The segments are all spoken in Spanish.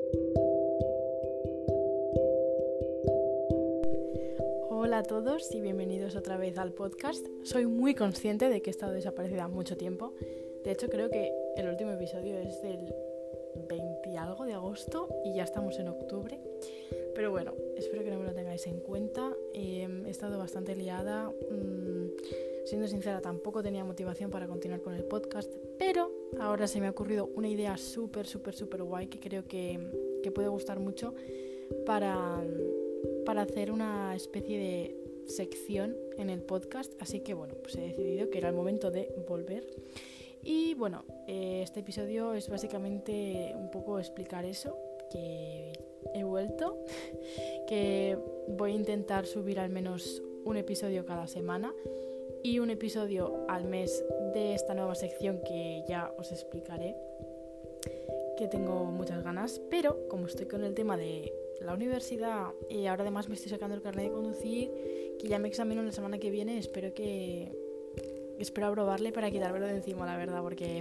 Hola a todos y bienvenidos otra vez al podcast. Soy muy consciente de que he estado desaparecida mucho tiempo. De hecho, creo que el último episodio es del 20 y algo de agosto y ya estamos en octubre. Pero bueno, espero que no me lo tengáis en cuenta. He estado bastante liada. Siendo sincera, tampoco tenía motivación para continuar con el podcast, pero ahora se me ha ocurrido una idea súper guay que creo que puede gustar mucho para hacer una especie de sección en el podcast. Así que bueno, pues he decidido que era el momento de volver. Y bueno, este episodio es básicamente un poco explicar eso, que he vuelto, que voy a intentar subir al menos un episodio cada semana y un episodio al mes de esta nueva sección que ya os explicaré, que tengo muchas ganas. Pero como estoy con el tema de la universidad y ahora además me estoy sacando el carnet de conducir, que ya me examino la semana que viene, espero aprobarle para quitármelo de encima, la verdad, porque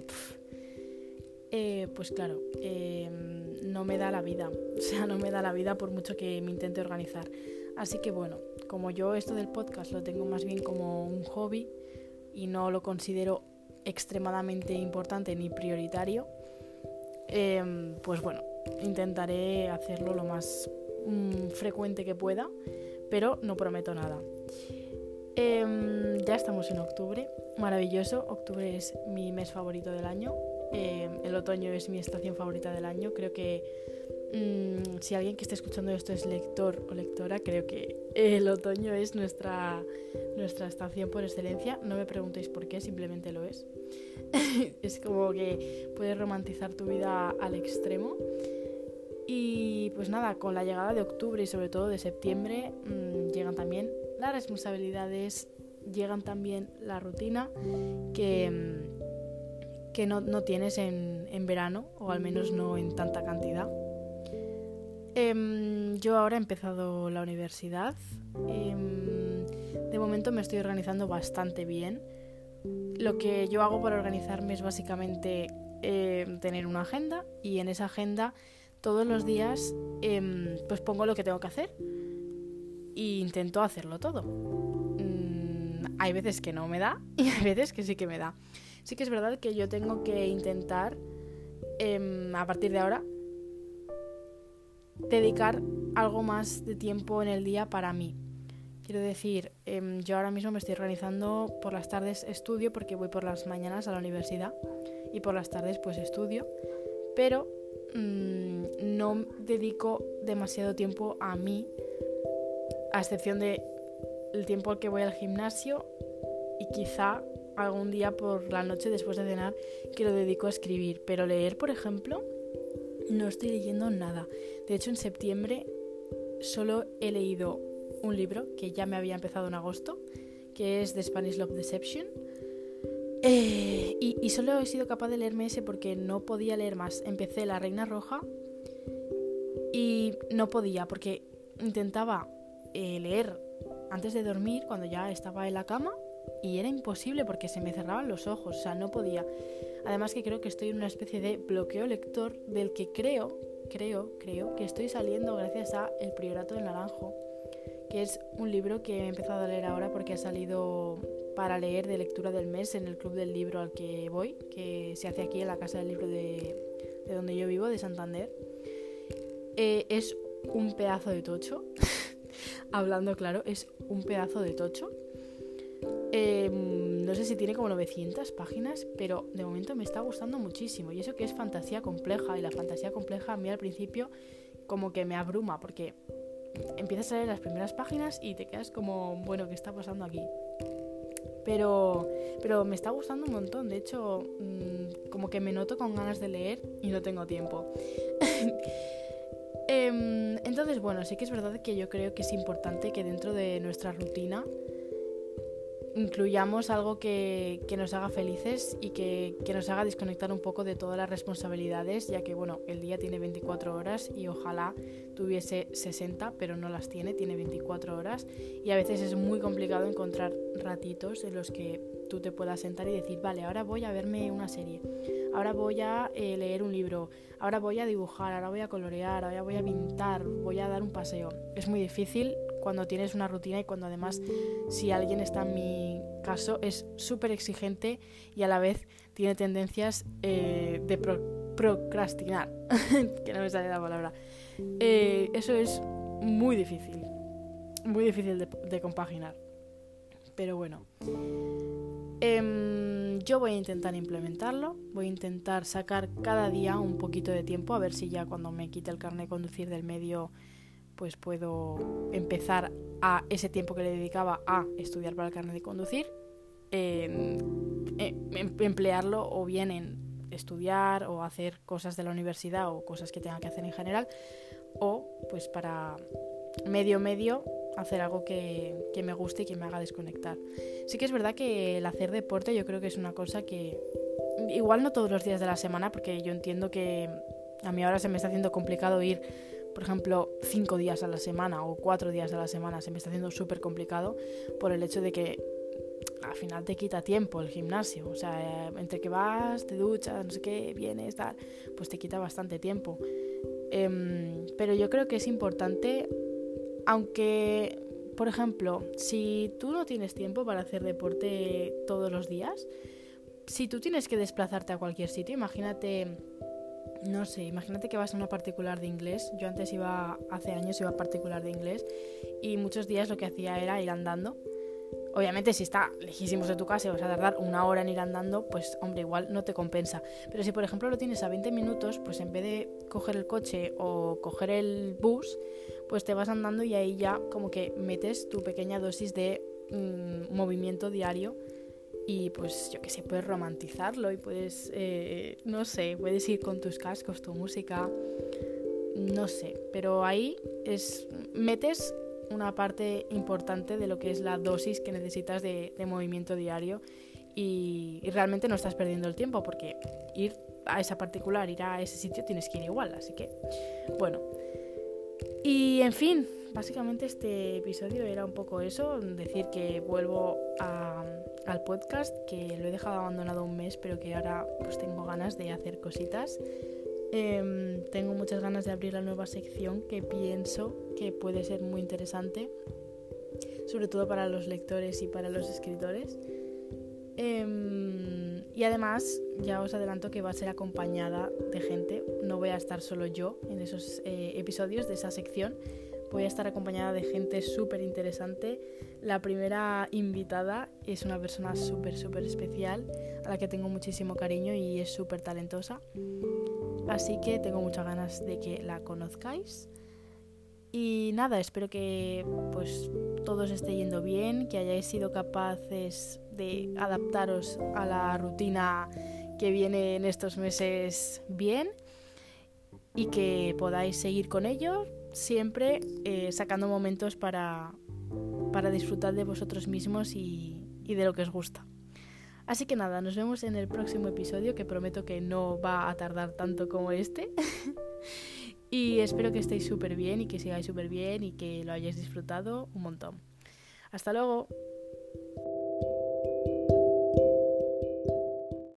pues claro, no me da la vida, no me da la vida por mucho que me intente organizar. Así que bueno, como yo esto del podcast lo tengo más bien como un hobby y no lo considero extremadamente importante ni prioritario, pues bueno, intentaré hacerlo lo más frecuente que pueda, pero no prometo nada. Ya estamos en octubre, maravilloso. Octubre es mi mes favorito del año. El otoño es mi estación favorita del año. Creo que si alguien que esté escuchando esto es lector o lectora, creo que el otoño es nuestra estación por excelencia. No me preguntéis por qué, simplemente lo es. Es como que puedes romantizar tu vida al extremo. Y pues nada, con la llegada de octubre y sobre todo de septiembre llegan también las responsabilidades, llegan también la rutina que no tienes en verano, o al menos no en tanta cantidad. Yo ahora he empezado la universidad. De momento me estoy organizando bastante bien. Lo que yo hago para organizarme es básicamente tener una agenda, y en esa agenda todos los días pues pongo lo que tengo que hacer e intento hacerlo todo. Hay veces que no me da y hay veces que sí que me da. Sí que es verdad que yo tengo que intentar a partir de ahora dedicar algo más de tiempo en el día para mí. Quiero decir, yo ahora mismo me estoy organizando. Por las tardes estudio porque voy por las mañanas a la universidad y por las tardes pues estudio, pero no dedico demasiado tiempo a mí, a excepción de el tiempo al que voy al gimnasio y quizá algún día por la noche después de cenar, que lo dedico a escribir. Pero leer, por ejemplo, no estoy leyendo nada. De hecho, en septiembre solo he leído un libro que ya me había empezado en agosto, que es The Spanish Love Deception, y solo he sido capaz de leerme ese porque no podía leer más. Empecé La Reina Roja y no podía, porque intentaba leer antes de dormir cuando ya estaba en la cama y era imposible porque se me cerraban los ojos, o sea, no podía. Además que creo que estoy en una especie de bloqueo lector del que creo que estoy saliendo gracias a El Priorato del Naranjo, que es un libro que he empezado a leer ahora porque ha salido para leer de lectura del mes en el club del libro al que voy, que se hace aquí en la Casa del Libro de donde yo vivo, de Santander. Es un pedazo de tocho. Hablando claro, es un pedazo de tocho. No sé si tiene como 900 páginas, pero de momento me está gustando muchísimo. Y eso que es fantasía compleja, y la fantasía compleja a mí al principio como que me abruma, porque empiezas a leer las primeras páginas y te quedas como, bueno, ¿qué está pasando aquí? Pero me está gustando un montón. De hecho, como que me noto con ganas de leer y no tengo tiempo. Entonces, bueno, sí que es verdad que yo creo que es importante que dentro de nuestra rutina incluyamos algo que nos haga felices y que nos haga desconectar un poco de todas las responsabilidades, ya que bueno, el día tiene 24 horas y ojalá tuviese 60, pero no las tiene 24 horas, y a veces es muy complicado encontrar ratitos en los que tú te puedas sentar y decir, vale, ahora voy a verme una serie, ahora voy a leer un libro, ahora voy a dibujar, ahora voy a colorear, ahora voy a pintar, voy a dar un paseo. Es muy difícil cuando tienes una rutina y cuando además, si alguien está en mi caso, es súper exigente y a la vez tiene tendencias de procrastinar, que no me sale la palabra. Eso es muy difícil de compaginar. Pero bueno, yo voy a intentar implementarlo, voy a intentar sacar cada día un poquito de tiempo, a ver si ya cuando me quite el carnet de conducir del medio, pues puedo empezar a ese tiempo que le dedicaba a estudiar para el carnet de conducir, emplearlo o bien en estudiar o hacer cosas de la universidad o cosas que tenga que hacer en general, o pues para medio hacer algo que me guste y que me haga desconectar. Sí que es verdad que el hacer deporte yo creo que es una cosa que igual no todos los días de la semana, porque yo entiendo que a mí ahora se me está haciendo complicado ir, por ejemplo, 5 días a la semana o 4 días a la semana, se me está haciendo súper complicado por el hecho de que al final te quita tiempo el gimnasio, o sea, entre que vas, te duchas, no sé qué, vienes, tal, pues te quita bastante tiempo. Pero yo creo que es importante, aunque, por ejemplo, si tú no tienes tiempo para hacer deporte todos los días, si tú tienes que desplazarte a cualquier sitio, imagínate que vas a una particular de inglés. Yo antes hace años iba a particular de inglés y muchos días lo que hacía era ir andando. Obviamente si está lejísimos de tu casa y vas a tardar 1 hora en ir andando, pues hombre, igual no te compensa. Pero si por ejemplo lo tienes a 20 minutos, pues en vez de coger el coche o coger el bus, pues te vas andando y ahí ya como que metes tu pequeña dosis de movimiento diario. Y pues yo que sé, puedes romantizarlo y puedes, puedes ir con tus cascos, tu música, no sé. Pero ahí metes una parte importante de lo que es la dosis que necesitas de movimiento diario y realmente no estás perdiendo el tiempo, porque ir a esa particular, ir a ese sitio, tienes que ir igual. Así que, bueno. Y en fin, básicamente este episodio era un poco eso, decir que vuelvo al podcast, que lo he dejado abandonado un mes, pero que ahora pues tengo ganas de hacer cositas. Tengo muchas ganas de abrir la nueva sección que pienso que puede ser muy interesante, sobre todo para los lectores y para los escritores. Y además ya os adelanto que va a ser acompañada de gente, no voy a estar solo yo en esos episodios de esa sección, voy a estar acompañada de gente súper interesante. La primera invitada es una persona súper especial a la que tengo muchísimo cariño y es súper talentosa, así que tengo muchas ganas de que la conozcáis. Y nada, espero que pues todo os esté yendo bien, que hayáis sido capaces de adaptaros a la rutina que viene en estos meses bien y que podáis seguir con ello, siempre sacando momentos para disfrutar de vosotros mismos y de lo que os gusta. Así que nada, nos vemos en el próximo episodio, que prometo que no va a tardar tanto como este. Y espero que estéis súper bien y que sigáis súper bien y que lo hayáis disfrutado un montón. Hasta luego.